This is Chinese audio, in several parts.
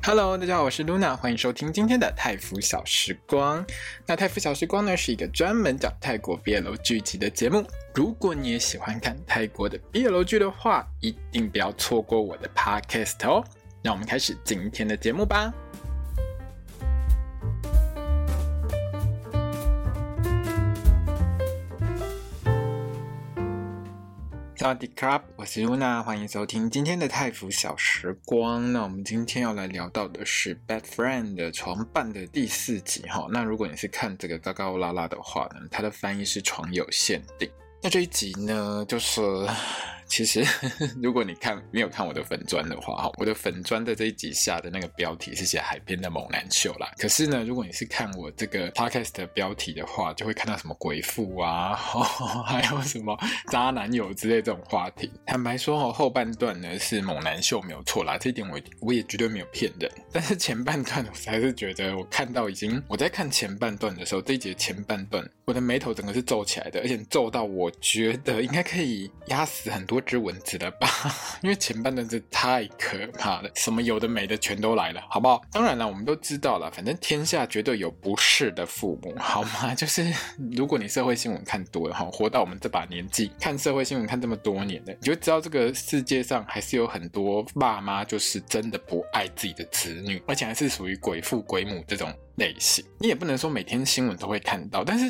Hello， 大家好，我是 Luna， 欢迎收听今天的泰服小时光。那泰服小时光呢，是一个专门讲泰国 BL 剧集的节目。如果你也喜欢看泰国的 BL 剧的话，一定不要错过我的 Podcast 哦。那我们开始今天的节目吧。萨瓦迪卡，我是 Luna， 欢迎收听今天的泰服小时光。那我们今天要来聊到的是 Bad Friend 的床伴的第4集。那如果你是看这个高高拉拉的话呢，它的翻译是床友限定。那这一集呢，就是其实如果你没有看我的粉专的话，我的粉专的这一集下的那个标题是写海边的猛男秀啦。可是呢，如果你是看我这个 podcast 的标题的话，就会看到什么鬼父啊，还有什么渣男友之类这种话题。坦白说后半段呢是猛男秀没有错啦，这一点我也绝对没有骗人。但是前半段我还是觉得我看到我在看前半段的时候，这一集的前半段我的眉头整个是皱起来的，而且皱到我觉得应该可以压死很多只蚊子了吧，因为前半段真的太可怕了，什么有的没的全都来了，好不好？当然了，我们都知道了，反正天下绝对有不是的父母，好吗？就是如果你社会新闻看多了，活到我们这把年纪，看社会新闻看这么多年了，你就知道这个世界上还是有很多爸妈就是真的不爱自己的子女，而且还是属于鬼父鬼母这种类型。你也不能说每天新闻都会看到，但是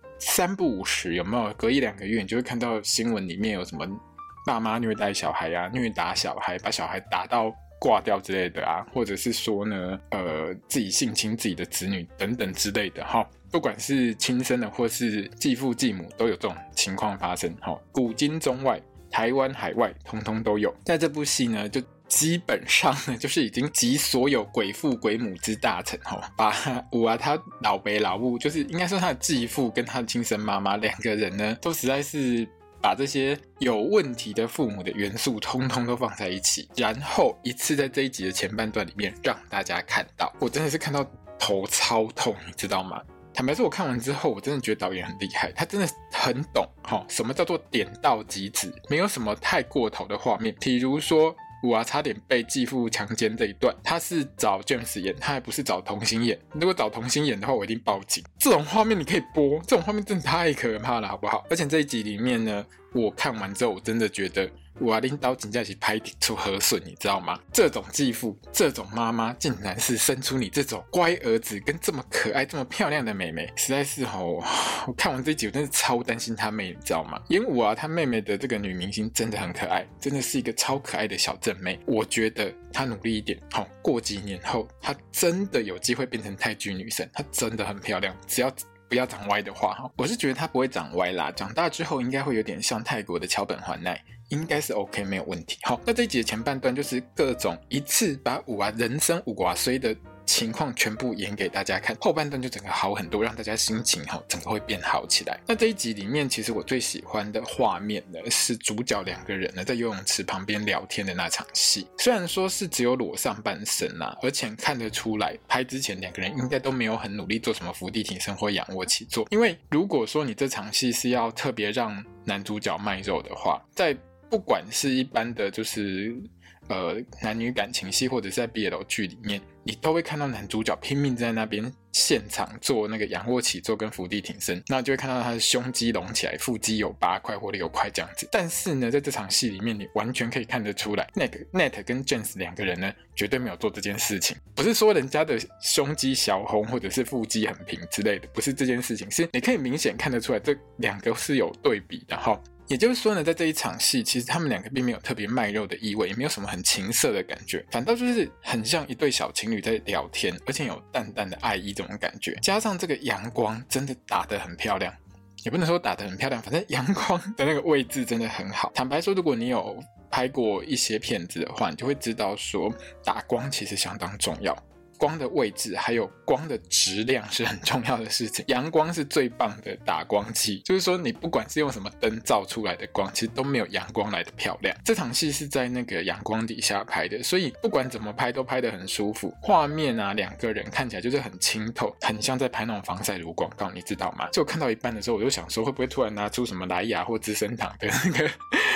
3不5时有没有隔1-2个月你就会看到新闻里面有什么爸妈虐待小孩啊，虐打小孩，把小孩打到挂掉之类的啊，或者是说呢自己性侵自己的子女等等之类的不管是亲生的或是继父继母都有这种情况发生古今中外台湾海外通通都有。在这部戏呢就基本上呢就是已经集所有鬼父鬼母之大成把他老爸老母，就是应该说他的继父跟他的亲生妈妈2个人呢都实在是把这些有问题的父母的元素通通都放在一起，然后一次在这一集的前半段里面让大家看到，我真的是看到头超痛，你知道吗？坦白说我看完之后我真的觉得导演很厉害，他真的很懂什么叫做点到即止，没有什么太过头的画面。比如说差点被继父强奸这一段，他是找 James 演，他还不是找童星演。如果找童星演的话我一定报警。这种画面你可以播，这种画面真的太可怕了，好不好？而且这一集里面呢，我看完之后我真的觉得领导真的是拍出和顺，你知道吗？这种继父这种妈妈竟然是生出你这种乖儿子跟这么可爱这么漂亮的妹妹，实在是我看完这一集我真的超担心他妹，你知道吗？演他妹妹的这个女明星真的很可爱，真的是一个超可爱的小正妹。我觉得她努力一点过几年后她真的有机会变成泰剧女神，她真的很漂亮，只要不要长歪的话，我是觉得她不会长歪啦，长大之后应该会有点像泰国的桥本环奈，应该是 OK 没有问题。那这一集的前半段就是各种一次把人生5衰的情况全部演给大家看，后半段就整个好很多，让大家心情整个会变好起来。那这一集里面其实我最喜欢的画面呢是主角2个人呢在游泳池旁边聊天的那场戏，虽然说是只有裸上半身而且看得出来拍之前2个人应该都没有很努力做什么伏地挺身或仰卧起坐，因为如果说你这场戏是要特别让男主角卖肉的话，在不管是一般的就是男女感情戏或者是在 BL 剧里面，你都会看到男主角拼命在那边现场做那个仰卧起坐跟伏地挺身，那就会看到他的胸肌隆起来，腹肌有8块或6块这样子。但是呢在这场戏里面你完全可以看得出来Nat 跟 James 2个人呢绝对没有做这件事情，不是说人家的胸肌小红或者是腹肌很平之类的，不是这件事情，是你可以明显看得出来这2个是有对比的也就是说呢，在这一场戏其实他们2个并没有特别卖肉的意味，也没有什么很情色的感觉，反倒就是很像一对小情侣在聊天，而且有淡淡的爱意这种感觉。加上这个阳光真的打得很漂亮，也不能说打得很漂亮，反正阳光的那个位置真的很好。坦白说如果你有拍过一些片子的话，你就会知道说打光其实相当重要，光的位置还有光的质量是很重要的事情。阳光是最棒的打光器，就是说你不管是用什么灯照出来的光，其实都没有阳光来的漂亮。这场戏是在那个阳光底下拍的，所以不管怎么拍都拍得很舒服，画面2个人看起来就是很清透，很像在拍那种防晒乳广告，你知道吗？就我看到一半的时候我就想说会不会突然拿出什么莱雅或资生堂的那个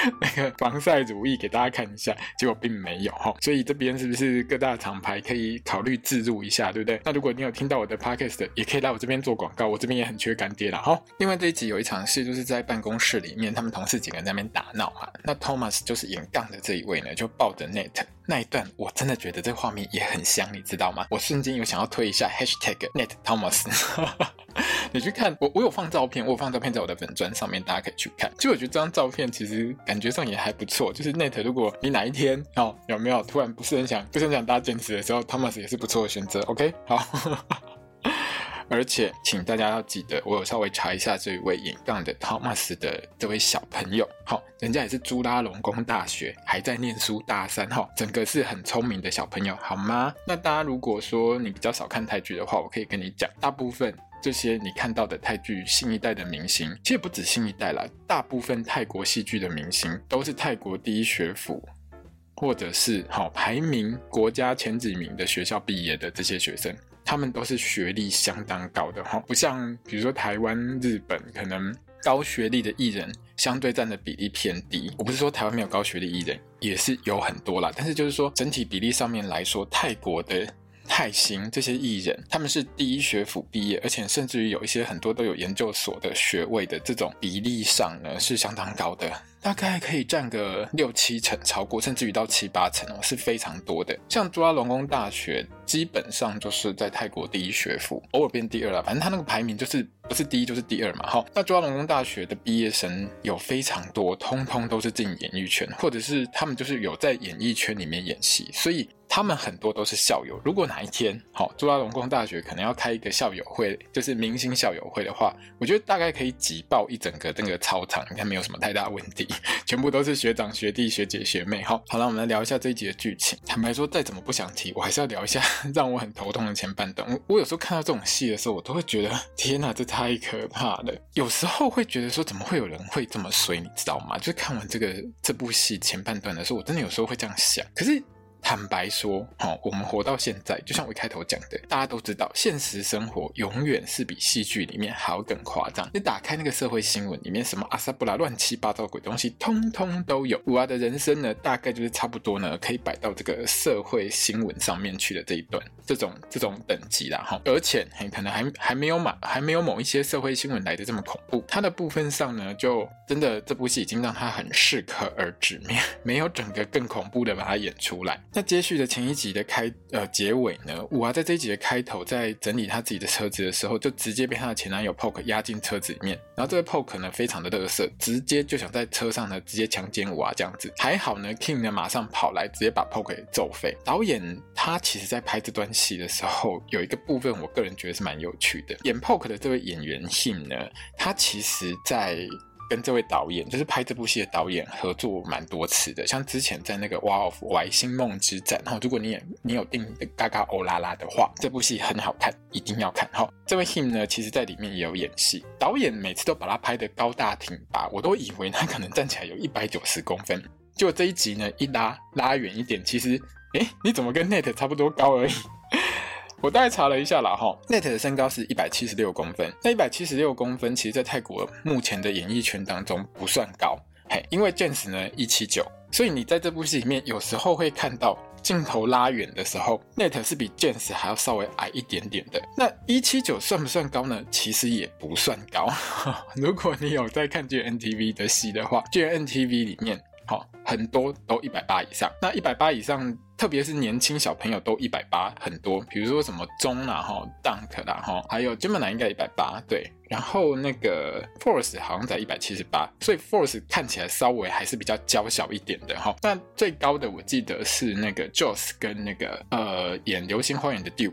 那个防晒乳液给大家看一下，结果并没有齁。所以这边是不是各大厂牌可以考虑置入一下，对不对？那如果你有听到我的 podcast 也可以来我这边做广告，我这边也很缺干爹啦齁。另外这一集有一场戏就是在办公室里面，他们同事几个人在那边打闹嘛，那 Thomas 就是演杠的这一位呢，就抱着 Nate。那一段我真的觉得这画面也很香，你知道吗？我瞬间有想要推一下 #NateThomas 你去看我有放照片，我有放照片在我的粉专上面，大家可以去看。就我觉得这张照片其实感觉上也还不错，就是 Nate 如果你哪一天有没有突然不是很想搭健身的时候， Thomas 也是不错的选择。 OK 好而且请大家要记得，我有稍微查一下这一位演杠的 Thomas 的这位小朋友，人家也是朱拉隆功大学还在念书大三，整个是很聪明的小朋友好吗？那大家如果说你比较少看泰剧的话，我可以跟你讲，大部分这些你看到的泰剧新一代的明星，其实不止新一代啦，大部分泰国戏剧的明星都是泰国第一学府或者是排名国家前几名的学校毕业的这些学生，他们都是学历相当高的，不像比如说台湾、日本，可能高学历的艺人相对占的比例偏低。我不是说台湾没有高学历艺人，也是有很多啦，但是就是说整体比例上面来说，泰国的泰星这些艺人，他们是第一学府毕业，而且甚至于有一些很多都有研究所的学位的，这种比例上呢是相当高的，大概可以占个6-7成，超过甚至于到7-8成是非常多的。像朱拉隆功大学基本上就是在泰国第一学府，偶尔变第二啦，反正他那个排名就是不是第一就是第二嘛。那朱拉隆功大学的毕业生有非常多，通通都是进演艺圈，或者是他们就是有在演艺圈里面演戏，所以他们很多都是校友。如果哪一天朱拉隆功大学可能要开一个校友会，就是明星校友会的话，我觉得大概可以挤爆一整个那个操场，应该没有什么太大问题，全部都是学长学弟学姐学妹。好了，我们来聊一下这一集的剧情。坦白说再怎么不想提，我还是要聊一下让我很头痛的前半段。我有时候看到这种戏的时候，我都会觉得天哪，这太可怕了。有时候会觉得说怎么会有人会这么衰，你知道吗？就是看完这部戏前半段的时候，我真的有时候会这样想。可是坦白说我们活到现在，就像我一开头讲的，大家都知道现实生活永远是比戏剧里面还要更夸张。你打开那个社会新闻里面，什么阿萨布拉乱七八糟鬼东西通通都有。我的人生呢，大概就是差不多呢可以摆到这个社会新闻上面去的这一段，这种等级啦。而且可能还没有某一些社会新闻来的这么恐怖。它的部分上呢，就真的这部戏已经让它很适可而止，没有整个更恐怖的把它演出来。那接续的前一集的结尾呢，武在这一集的开头在整理他自己的车子的时候，就直接被他的前男友 Poke 压进车子里面，然后这个 Poke 呢非常的垃圾，直接就想在车上呢直接强奸武这样子。还好呢 King 呢马上跑来直接把 Poke 给揍飞。导演他其实在拍这段戏的时候，有一个部分我个人觉得是蛮有趣的。演 Poke 的这位演员 Him 呢，他其实在跟这位导演，就是拍这部戏的导演合作蛮多次的，像之前在那个 War of Y 星梦之战，如果你有订嘎嘎欧拉拉的话，这部戏很好看，一定要看。这位 Him 呢，其实在里面也有演戏，导演每次都把他拍得高大挺拔，我都以为他可能站起来有190公分，结果这一集呢一拉远一点，其实你怎么跟 Nate 差不多高而已。我大概查了一下啦，Nate 的身高是176公分，那176公分其实在泰国目前的演艺圈当中不算高，因为 James 呢179，所以你在这部戏里面有时候会看到镜头拉远的时候 Nate 是比 James 还要稍微矮一点点的。那179算不算高呢？其实也不算高如果你有在看 GNTV 的戏的话， GNTV 里面很多都180以上，那180以上特别是年轻小朋友都180很多，比如说什么钟啦Dunk 啦还有 Gemini 应该180，对，然后那个 Force 好像在178，所以 Force 看起来稍微还是比较娇小一点的那最高的我记得是那个 Joss 跟那个演流星花园的 Dew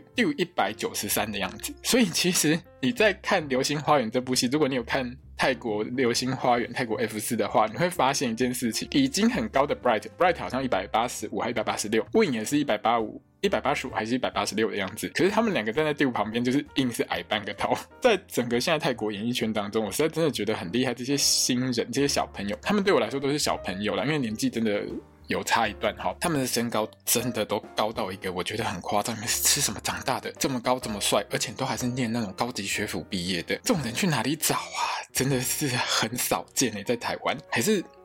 193的样子。所以其实你在看流星花园这部戏，如果你有看泰国流星花园泰国 F4 的话，你会发现一件事情，已经很高的 Bright 好像185还186， Win 也是185还是186的样子，可是他们两个站在队伍旁边就是硬是矮半个头。在整个现在泰国演艺圈当中，我实在真的觉得很厉害，这些新人这些小朋友，他们对我来说都是小朋友啦，因为年纪真的有差一段他们的身高真的都高到一个我觉得很夸张，是吃什么长大的，这么高这么帅，而且都还是念那种高级学府毕业的，这种人去哪里找啊？真的是很少见在台湾，还是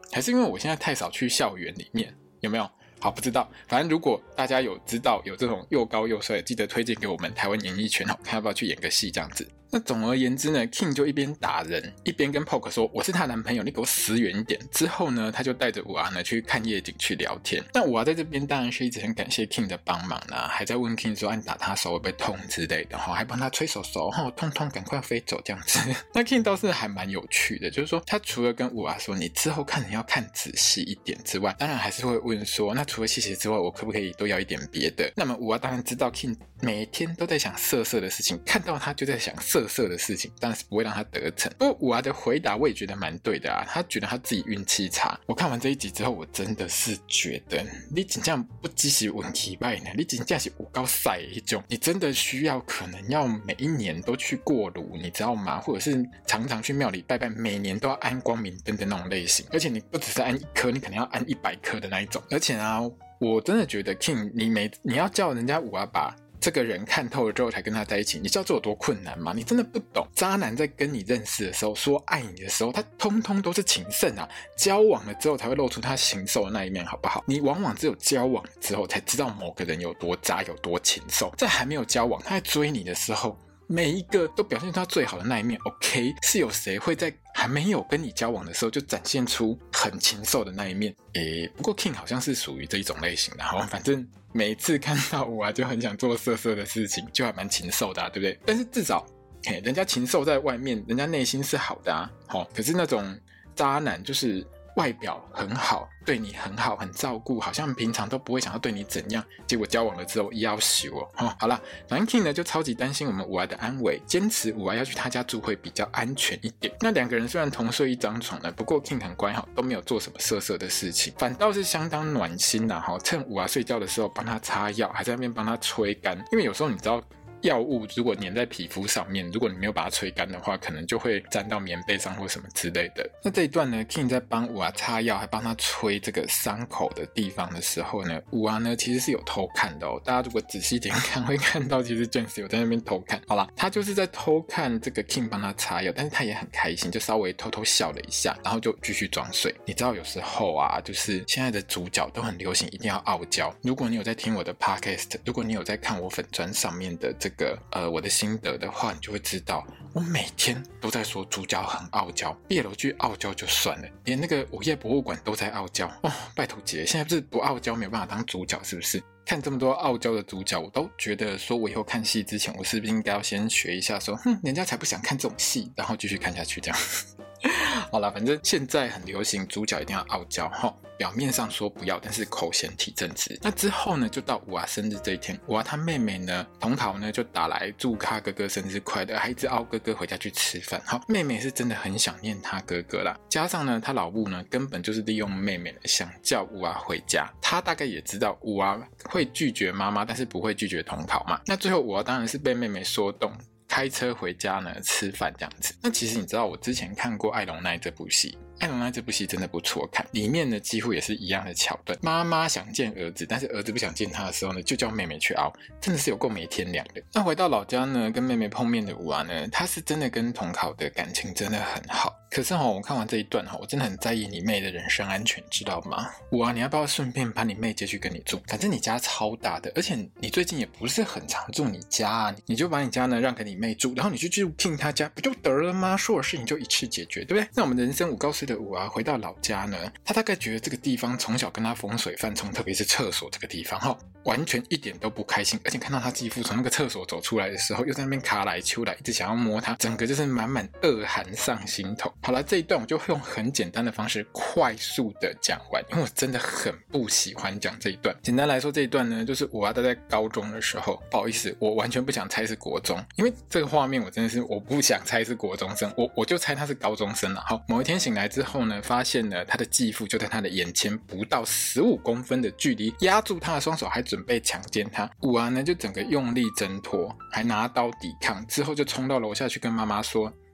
还是因为我现在太少去校园里面，有没有？好，不知道，反正如果大家有知道有这种又高又帅，记得推荐给我们台湾演艺圈，看要不要去演个戏这样子。那总而言之呢 King 就一边打人一边跟 Poke 说我是他男朋友，你给我死远一点。之后呢他就带着5R呢去看夜景去聊天。那5R在这边当然是一直很感谢 King 的帮忙啦，还在问 King 说你打他手会不会痛之类的，还帮他吹手手，痛痛赶快飞走这样子。那 King 倒是还蛮有趣的，就是说他除了跟5R说你之后看人要看仔细一点之外，当然还是会问说那除了谢谢之外我可不可以多要一点别的。那么5R当然知道 King 每天都在想色色的事情，看到他就在想色色的事情，当然是不会让他得逞。不过5R的回答我也觉得蛮对的啊，他觉得他自己运气差。我看完这一集之后，我真的是觉得你真的不只是运气坏呢，你真的是有够衰的一种。你真的需要可能要每一年都去过炉，你知道吗？或者是常常去庙里拜拜，每年都要安光明灯的那种类型。而且你不只是安1颗，你可能要安100颗的那一种。而且啊，我真的觉得 King 你要叫人家5R把这个人看透了之后才跟他在一起，你知道这有多困难吗？你真的不懂。渣男在跟你认识的时候说爱你的时候，他通通都是情圣啊，交往了之后才会露出他禽兽的那一面，好不好？你往往只有交往了之后才知道某个人有多渣有多禽兽。在还没有交往他在追你的时候，每一个都表现出他最好的那一面。 OK， 是有谁会在还没有跟你交往的时候就展现出很禽兽的那一面？不过 King 好像是属于这一种类型的，反正每次看到我就很想做色色的事情，就还蛮禽兽的对不对？但是至少人家禽兽在外面，人家内心是好的啊。可是那种渣男就是外表很好，对你很好，很照顾，好像平常都不会想要对你怎样，结果交往了之后要求好啦，反正 King 呢就超级担心我们5R的安危，坚持5R要去他家住会比较安全一点。那两个人虽然同睡一张床呢，不过 King 很乖都没有做什么色色的事情，反倒是相当暖心啦，趁5R睡觉的时候帮他擦药，还在那边帮他吹干。因为有时候你知道药物如果粘在皮肤上面，如果你没有把它吹干的话，可能就会沾到棉被上或什么之类的。那这一段呢 King 在帮5R擦药还帮他吹这个伤口的地方的时候呢，5R呢其实是有偷看的大家如果仔细一点看会看到其实 James 有在那边偷看。好啦，他就是在偷看这个 King 帮他擦药，但是他也很开心，就稍微偷偷笑了一下，然后就继续装睡。你知道有时候啊，就是现在的主角都很流行一定要傲娇。如果你有在听我的 podcast， 如果你有在看我粉专上面的这个我的心得的话，你就会知道我每天都在说主角很傲娇。毕楼剧傲娇就算了，连那个午夜博物馆都在傲娇拜托姐，现在不是不傲娇没有办法当主角是不是？看这么多傲娇的主角，我都觉得说我以后看戏之前，我是不是应该要先学一下说人家才不想看这种戏，然后继续看下去这样好啦，反正现在很流行主角一定要傲娇表面上说不要，但是口嫌体正直。那之后呢，就到5R生日这一天，5R他妹妹呢，同考呢就打来祝他哥哥生日快乐，还一直熬哥哥回家去吃饭。妹妹是真的很想念他哥哥啦，加上呢，他老母呢根本就是利用妹妹想叫5R回家。他大概也知道5R会拒绝妈妈，但是不会拒绝同考嘛。那最后5R当然是被妹妹说动，开车回家呢吃饭这样子。那其实你知道我之前看过《爱龙奈》这部戏，《爱龙奈》这部戏真的不错看，里面呢几乎也是一样的桥段。妈妈想见儿子，但是儿子不想见他的时候呢，就叫妹妹去熬，真的是有够没天良的。那回到老家呢，跟妹妹碰面的5R呢，他是真的跟同考的感情真的很好。可是我看完这一段我真的很在意你妹的人身安全，知道吗？5R你要不要顺便把你妹接去跟你住？反正你家超大的，而且你最近也不是很常住你家啊，你就把你家呢让给你妹住，然后你去住 King 他家，不就得了吗？所有事情就一次解决，对不对？那我们人生5高岁的5R回到老家呢，他大概觉得这个地方从小跟他风水犯冲，特别是厕所这个地方完全一点都不开心。而且看到他继父从那个厕所走出来的时候，又在那边卡来秋来，一直想要摸他，整个就是满满恶寒上心头。好了，这一段我就用很简单的方式快速的讲完，因为我真的很不喜欢讲这一段。简单来说，这一段呢就是5R他在高中的时候，不好意思，我完全不想猜是国中，因为这个画面我真的是我不想猜是国中生，我就猜他是高中生了。好，某一天醒来之后呢，发现了他的继父就在他的眼前，不到15公分的距离压住他的双手，还准备强奸他。5R呢就整个用力挣脱，还拿刀抵抗，之后就冲到楼下去跟妈妈说，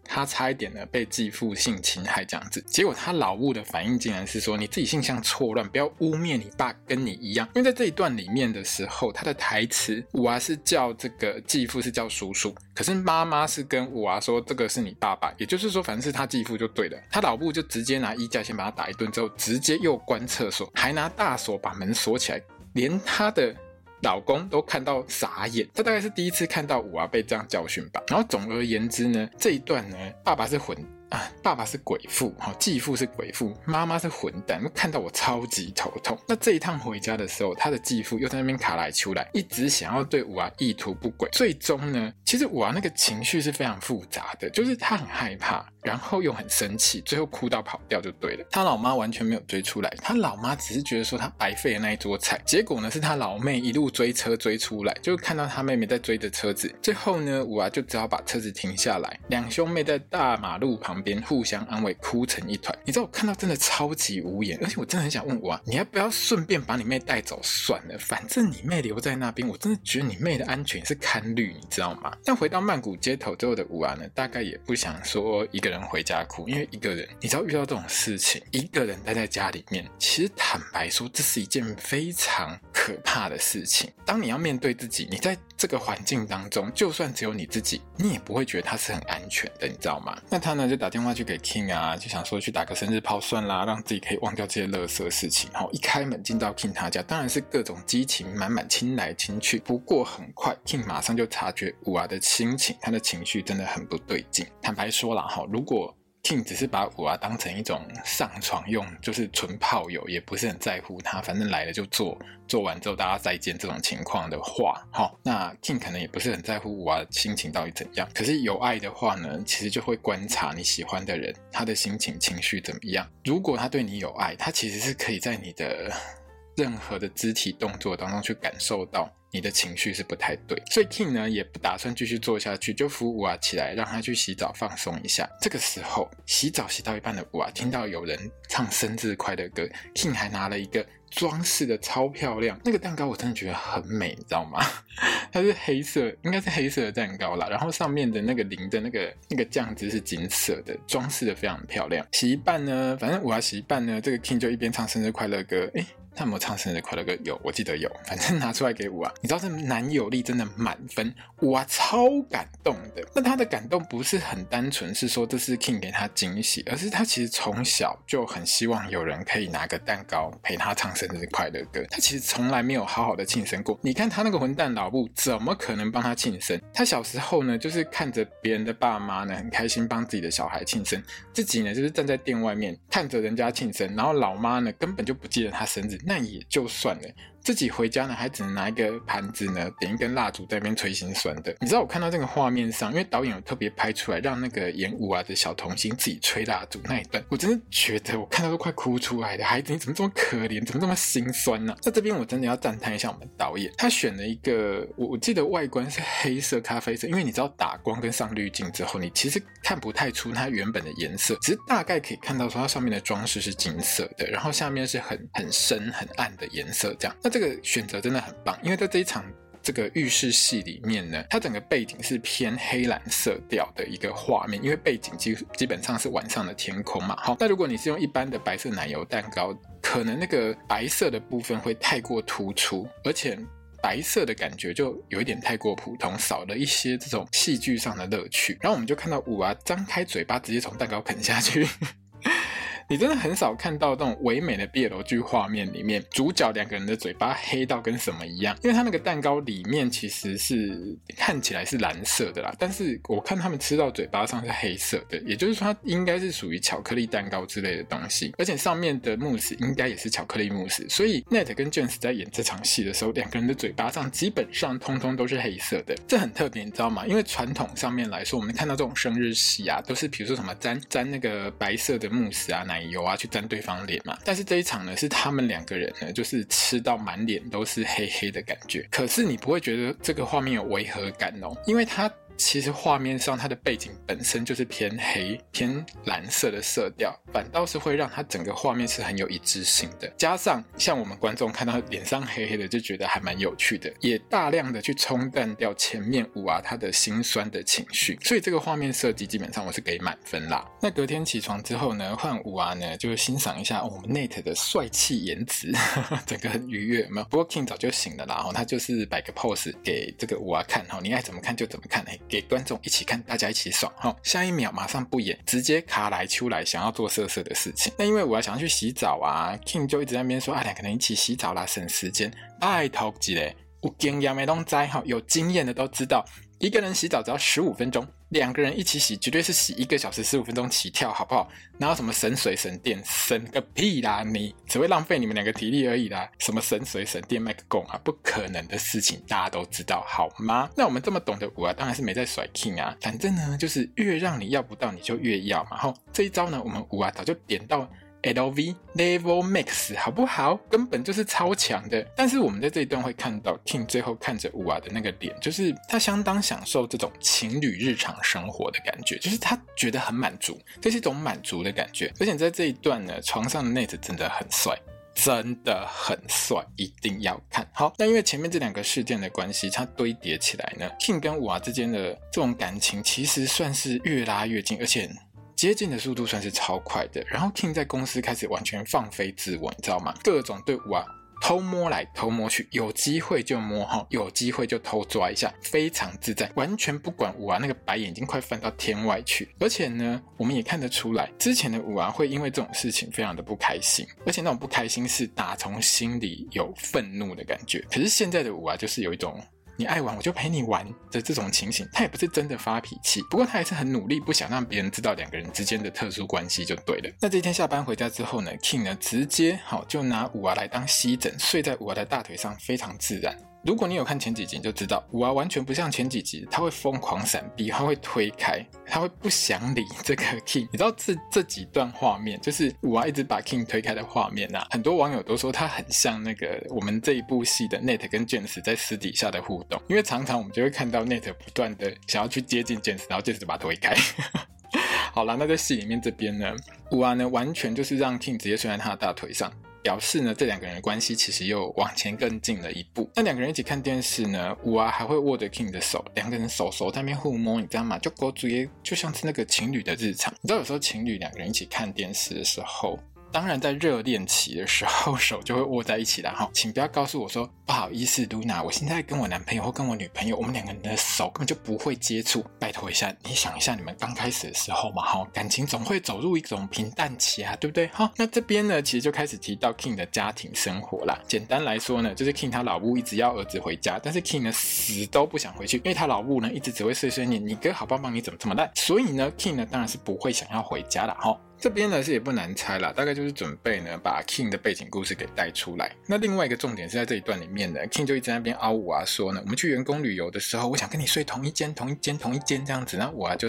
他差一点呢被继父性侵害这样子。结果他老母的反应竟然是说，你自己性向错乱，不要污蔑你爸跟你一样。因为在这一段里面的时候，他的台词五娃是叫这个继父是叫叔叔，可是妈妈是跟五娃说这个是你爸爸，也就是说反正是他继父就对了。他老母就直接拿衣架先把他打一顿之后，直接又关厕所，还拿大锁把门锁起来，连他的老公都看到傻眼。他大概是第一次看到五娃被这样教训吧。然后总而言之呢，这一段呢，爸爸是爸爸是鬼父，继父是鬼父，妈妈是混蛋，看到我超级头痛。那这一趟回家的时候，他的继父又在那边卡来秋来，一直想要对五娃意图不轨。最终呢，其实五娃那个情绪是非常复杂的，就是他很害怕，然后又很生气，最后哭到跑掉就对了。他老妈完全没有追出来，他老妈只是觉得说他白费了那一桌菜。结果呢，是他老妹一路追车追出来，就看到他妹妹在追着车子。最后呢，五娃就只好把车子停下来，两兄妹在大马路旁边互相安慰，哭成一团。你知道我看到真的超级无言，而且我真的很想问五娃，你要不要顺便把你妹带走算了，反正你妹留在那边，我真的觉得你妹的安全是堪虑，你知道吗？但回到曼谷街头之后的五娃呢，大概也不想说一个人回家哭，因为一个人你知道遇到这种事情，一个人待在家里面，其实坦白说这是一件非常可怕的事情。当你要面对自己，你在这个环境当中，就算只有你自己，你也不会觉得它是很安全的，你知道吗？那他呢就打电话去给 King 啊，就想说去打个生日炮算啦，让自己可以忘掉这些垃圾事情。一开门进到 King 他家，当然是各种激情满满，亲来亲去。不过很快 King 马上就察觉五娃的心情，他的情绪真的很不对劲。坦白说啦，如果King 只是把五娃当成一种上床用，就是纯炮友，也不是很在乎他，反正来了就做，做完之后大家再见这种情况的话，那 King 可能也不是很在乎五娃的心情到底怎样。可是有爱的话呢，其实就会观察你喜欢的人，他的心情情绪怎么样。如果他对你有爱，他其实是可以在你的任何的肢体动作当中去感受到你的情绪是不太对。所以 King 呢也不打算继续做下去，就扶五娃起来让他去洗澡放松一下。这个时候洗澡洗到一半的五娃听到有人唱生日快乐歌， King 还拿了一个装饰的超漂亮，那个蛋糕我真的觉得很美，你知道吗？它是黑色，应该是黑色的蛋糕啦，然后上面的那个淋的那个酱汁是金色的，装饰的非常漂亮。洗一半呢，反正五娃洗一半呢，这个 King 就一边唱生日快乐歌，他有没有唱生日快乐歌？有，我记得有，反正拿出来给五娃。你知道这男友力真的满分，五娃超感动的。那他的感动不是很单纯是说这是 King 给他惊喜，而是他其实从小就很希望有人可以拿个蛋糕陪他唱生日快乐歌。他其实从来没有好好的庆生过。你看他那个混蛋老母怎么可能帮他庆生？他小时候呢，就是看着别人的爸妈呢很开心帮自己的小孩庆生，自己呢就是站在店外面看着人家庆生，然后老妈呢根本就不记得他生日。那也就算了，自己回家呢还只能拿一个盘子呢点一根蜡烛在那边吹心酸的。你知道我看到这个画面上，因为导演有特别拍出来让那个演五娃的小童星自己吹蜡烛那一段，我真的觉得我看到都快哭出来的。孩子你怎么这么可怜，怎么这么心酸呢？那这边我真的要赞叹一下我们导演，他选了一个我记得外观是黑色咖啡色，因为你知道打光跟上滤镜之后，你其实看不太出它原本的颜色，只是大概可以看到说它上面的装饰是金色的，然后下面是很深很暗的颜色这样。那这个选择真的很棒，因为在这一场这个浴室戏里面呢，它整个背景是偏黑蓝色调的一个画面，因为背景基本上是晚上的天空嘛。好，那如果你是用一般的白色奶油蛋糕，可能那个白色的部分会太过突出，而且白色的感觉就有一点太过普通，少了一些这种戏剧上的乐趣。然后我们就看到五娃张开嘴巴直接从蛋糕啃下去你真的很少看到这种唯美的 BL 剧画面里面，主角两个人的嘴巴黑到跟什么一样，因为他那个蛋糕里面其实是看起来是蓝色的啦，但是我看他们吃到嘴巴上是黑色的，也就是说它应该是属于巧克力蛋糕之类的东西，而且上面的慕斯应该也是巧克力慕斯，所以 Nate 跟 James 在演这场戏的时候，两个人的嘴巴上基本上通通都是黑色的。这很特别你知道吗？因为传统上面来说，我们看到这种生日戏啊，都是比如说什么沾那个白色的慕斯啊奶油啊去沾对方脸嘛，但是这一场呢是他们两个人呢就是吃到满脸都是黑黑的感觉，可是你不会觉得这个画面有违和感哦，因为他其实画面上它的背景本身就是偏黑偏蓝色的色调，反倒是会让它整个画面是很有一致性的，加上像我们观众看到脸上黑黑的就觉得还蛮有趣的，也大量的去冲淡掉前面五娃他的心酸的情绪，所以这个画面设计基本上我是给满分啦。那隔天起床之后呢，换五娃呢就欣赏一下我们 Nate 的帅气颜值整个很愉悦，有没有？不过 King 早就醒了啦，他就是摆个 pose 给这个五娃看，你爱怎么看就怎么看，给观众一起看，大家一起爽。下一秒马上不演，直接卡来秋来想要做色色的事情。那因为我要想要去洗澡啊， King 就一直在那边说两个人一起洗澡啦，省时间。拜托一下，有经验的都知道，有经验的都知道，一个人洗澡只要15分钟，两个人一起洗绝对是洗1个小时15分钟起跳，好不好？哪有什么省水省电，省个屁啦，你只会浪费你们两个体力而已啦，什么省水省电卖个供啊，不可能的事情大家都知道好吗？那我们这么懂的五当然是没在甩 King 啊，反正呢就是越让你要不到你就越要嘛。这一招呢我们五早就点到LV Level Max 好不好？根本就是超强的。但是我们在这一段会看到 King 最后看着五娃的那个脸，就是他相当享受这种情侣日常生活的感觉，就是他觉得很满足，这是一种满足的感觉。而且在这一段呢，床上的 Nate 真的很帅，真的很帅，一定要看。好，那因为前面这两个事件的关系，它堆叠起来呢， King 跟五娃之间的这种感情其实算是越拉越近，而且接近的速度算是超快的。然后 King 在公司开始完全放飞自我，你知道吗？各种对五娃偷摸来偷摸去，有机会就摸，有机会就偷抓一下，非常自在，完全不管五娃那个白眼已经快翻到天外去。而且呢，我们也看得出来，之前的五娃会因为这种事情非常的不开心，而且那种不开心是打从心里有愤怒的感觉。可是现在的五娃就是有一种你爱玩我就陪你玩的这种情形，他也不是真的发脾气，不过他还是很努力，不想让别人知道两个人之间的特殊关系就对了。那这一天下班回家之后呢， King 呢直接就拿五娃来当吸枕，睡在五娃的大腿上，非常自然。如果你有看前几集就知道，五娃完全不像前几集，他会疯狂闪避，他会推开，他会不想理这个 King。你知道这几段画面，就是五娃一直把 King 推开的画面啊，很多网友都说他很像那个我们这一部戏的 Nate 跟 James 在私底下的互动，因为常常我们就会看到 Nate 不断的想要去接近 James， 然后 James 就把他推开。好啦，那在戏里面这边呢，五娃呢完全就是让 King 直接睡在他的大腿上，表示呢这两个人的关系其实又往前更近了一步。那两个人一起看电视呢，五娃还会握着 King 的手，两个人手在那边互摸，你知道吗？就勾直接就像是那个情侣的日常。你知道有时候情侣两个人一起看电视的时候，当然在热恋期的时候手就会握在一起啦，请不要告诉我说不好意思 Luna， 我现在跟我男朋友或跟我女朋友，我们两个人的手根本就不会接触。拜托一下，你想一下你们刚开始的时候嘛，感情总会走入一种平淡期啊，对不对？那这边呢其实就开始提到 King 的家庭生活啦。简单来说呢，就是 King 他老母一直要儿子回家，但是 King 呢死都不想回去，因为他老母呢一直只会碎碎念你哥好棒棒，你怎么这么烂，所以呢 King 呢当然是不会想要回家啦。这边呢是也不难猜啦，大概就是准备呢把 King 的背景故事给带出来。那另外一个重点是在这一段里面呢， King 就一直在那边凹五娃说呢，我们去员工旅游的时候，我想跟你睡同一间这样子，那五娃就是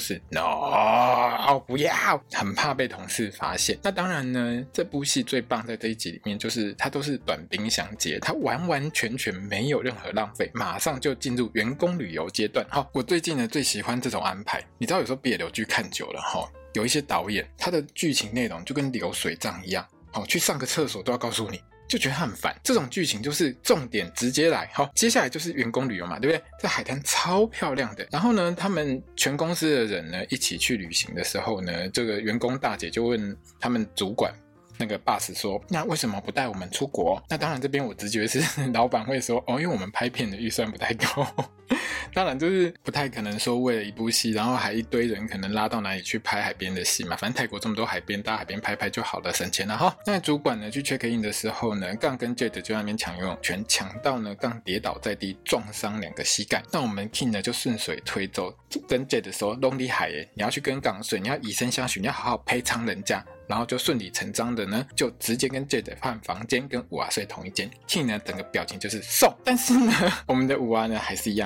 no 不要，很怕被同事发现。那当然呢，这部戏最棒在这一集里面就是它都是短兵相接，它完完全全没有任何浪费，马上就进入员工旅游阶段。我最近呢最喜欢这种安排，你知道有时候BL剧看久了有一些导演他的剧情内容就跟流水账一样，去上个厕所都要告诉你，就觉得很烦。这种剧情就是重点直接来。接下来就是员工旅游嘛，对不对？这海滩超漂亮的。然后呢，他们全公司的人呢一起去旅行的时候呢，这个员工大姐就问他们主管那个 boss 说，那为什么不带我们出国？那当然这边我直觉是老板会说，因为我们拍片的预算不太够。当然就是不太可能说为了一部戏，然后还一堆人可能拉到哪里去拍海边的戏嘛，反正泰国这么多海边，大海边拍拍就好了，省钱了哈。那主管呢去 check in 的时候呢，杠跟 Jade 就在那边抢游泳圈，抢到呢杠跌倒在地，撞伤2个膝盖。那我们 King 呢就顺水推舟，跟 Jade 说弄厉害耶，你要去跟杠睡，你要以身相许，你要好好赔偿人家。然后就顺理成章的呢，就直接跟 Jade 换房间，跟五娃睡同一间。King 呢整个表情就是送，但是呢我们的五娃呢还是一样很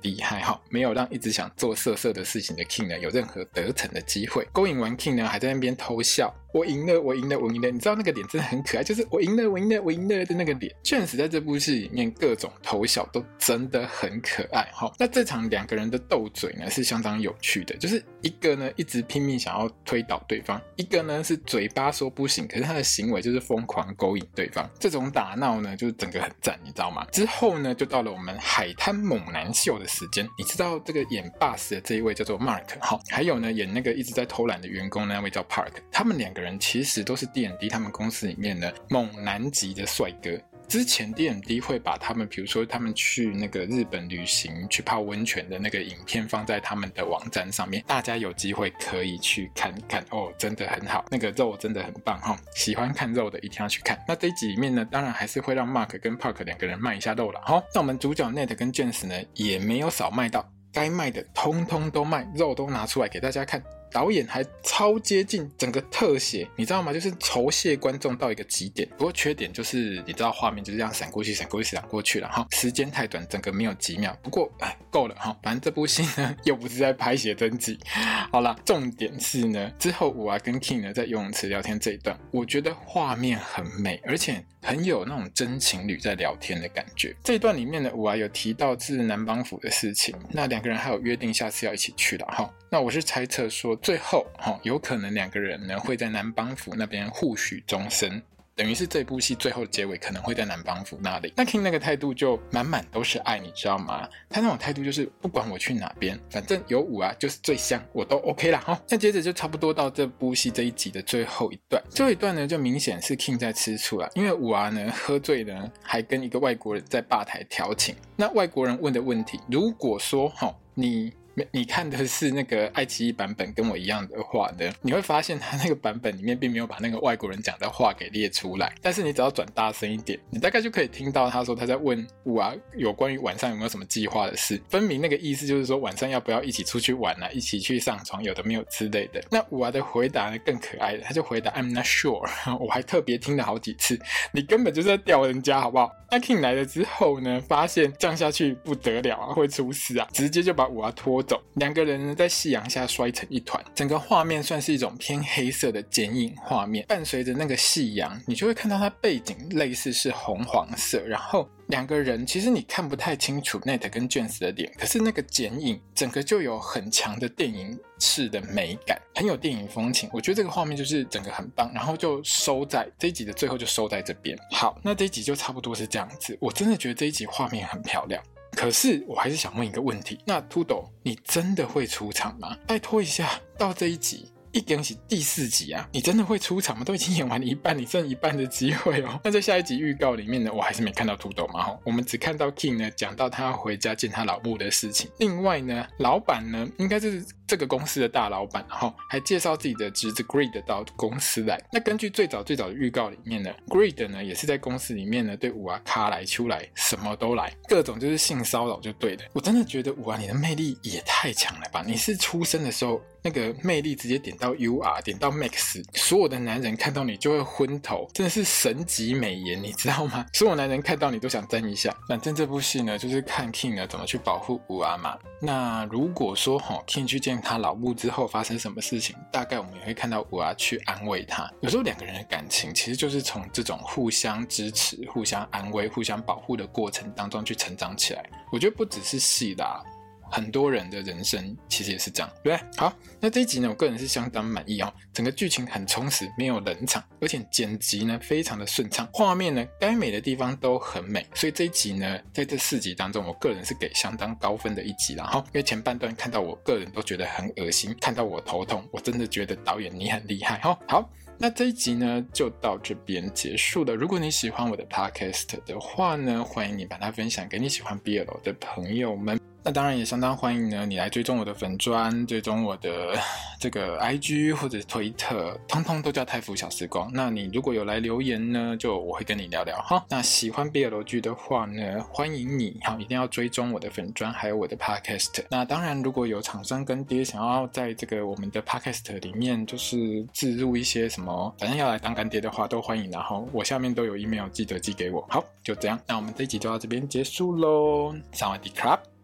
厉害哈，没有让一直想做色色的事情的 King 呢有任何得逞的机会。勾引完 King 呢，还在那边偷笑，我赢了，我赢了，我赢了，你知道那个脸真的很可爱，就是我赢了，我赢了，我赢了的那个脸。James 在这部戏里面各种偷笑都真的很可爱哈。那这场两个人的斗嘴呢是相当有趣的，就是一个呢一直拼命想要推倒对方，一个呢是嘴巴说不行，可是他的行为就是疯狂勾引对方。这种打闹呢就是整个很赞，你知道吗？之后呢就到了我们海滩猛男秀的时间。你知道这个演 Boss 的这一位叫做 Mark 哈，还有呢演那个一直在偷懒的员工那位叫 Park， 他们两个人其实都是 D&D 他们公司里面的猛男级的帅哥。之前 D&D 会把他们比如说他们去那个日本旅行去泡温泉的那个影片放在他们的网站上面，大家有机会可以去看看哦，真的很好，那个肉真的很棒齁，喜欢看肉的一定要去看。那这一集里面呢，当然还是会让 Mark 跟 Park 两个人卖一下肉啦齁。那我们主角 Nate 跟 James 呢也没有少卖到，该卖的通通都卖，肉都拿出来给大家看。导演还超接近整个特写，你知道吗？就是酬谢观众到一个极点。不过缺点就是你知道画面就是这样闪过去闪过去闪过去了哈，时间太短，整个没有几秒。不过够了哈，反正这部戏呢又不是在拍写真集。好啦，重点是呢之后我跟 King 呢在游泳池聊天这一段，我觉得画面很美，而且很有那种真情侣在聊天的感觉。这一段里面呢我有提到是南邦府的事情，那两个人还有约定下次要一起去了哈。那我是猜测说最后有可能两个人呢会在南邦府那边互许终身，等于是这部戏最后的结尾可能会在南邦府那里。那 King 那个态度就满满都是爱，你知道吗？他那种态度就是不管我去哪边，反正有我啊就是最香，我都 OK 啦齁。那接着就差不多到这部戏这一集的最后一段，最后一段呢就明显是 King 在吃醋啦，因为我啊呢喝醉呢还跟一个外国人在吧台调情。那外国人问的问题，如果说你看的是那个爱奇艺版本跟我一样的话呢，你会发现他那个版本里面并没有把那个外国人讲的话给列出来，但是你只要转大声一点，你大概就可以听到他说他在问我啊有关于晚上有没有什么计划的事，分明那个意思就是说晚上要不要一起出去玩啊，一起去上床有的没有之类的。那我啊的回答呢更可爱的，他就回答 I'm not sure 我还特别听了好几次，你根本就是在吊人家好不好？那 King 来了之后呢，发现这样下去不得了啊，会出事啊，直接就把我啊拖走。两个人呢在夕阳下摔成一团，整个画面算是一种偏黑色的剪影画面，伴随着那个夕阳，你就会看到它背景类似是红黄色，然后两个人其实你看不太清楚 Nate 跟 James 的脸，可是那个剪影整个就有很强的电影式的美感，很有电影风情。我觉得这个画面就是整个很棒，然后就收在这一集的最后就收在这边。好，那这一集就差不多是这样子，我真的觉得这一集画面很漂亮。可是我还是想问一个问题，那秃斗你真的会出场吗？拜托一下，到这一集一更是第4集啊，你真的会出场吗？都已经演完了一半，你剩一半的机会哦。那在下一集预告里面呢，我还是没看到秃斗嘛，我们只看到 King 呢讲到他要回家见他老母的事情。另外呢，老板呢应该是这个公司的大老板，然后还介绍自己的侄子 Greed 到公司来。那根据最早的预告里面呢 ，Greed 呢也是在公司里面呢对五啊卡来出来，什么都来，各种就是性骚扰就对了。我真的觉得五啊你的魅力也太强了吧！你是出生的时候那个魅力直接点到 UR 点到 Max， 所有的男人看到你就会昏头，真的是神级美颜，你知道吗？所有男人看到你都想沾一下。反正这部戏呢就是看 King 呢怎么去保护五啊嘛。那如果说King 去见他老母之后发生什么事情，大概我们也会看到五啊去安慰他。有时候两个人的感情其实就是从这种互相支持、互相安慰、互相保护的过程当中去成长起来。我觉得不只是戏啦，很多人的人生其实也是这样，对不对？好，那这一集呢，我个人是相当满意哦，整个剧情很充实，没有冷场，而且剪辑呢非常的顺畅，画面呢该美的地方都很美，所以这一集呢，在这4集当中，我个人是给相当高分的一集啦。因为前半段看到我个人都觉得很恶心，看到我头痛，我真的觉得导演你很厉害。好。那这一集呢就到这边结束了。如果你喜欢我的 podcast 的话呢，欢迎你把它分享给你喜欢 BL 的朋友们。那当然也相当欢迎呢你来追踪我的粉专，追踪我的这个 IG 或者推特，通通都叫太福小时光。那你如果有来留言呢，就我会跟你聊聊哈。那喜欢 BL 剧的话呢，欢迎你一定要追踪我的粉专还有我的 podcast。那当然如果有厂商跟爹想要在这个我们的 podcast 里面就是置入一些什么，反正要来当干爹的话都欢迎，然后我下面都有 email， 记得寄给我。好，就这样，那我们这一集就到这边结束咯。萨瓦迪卡。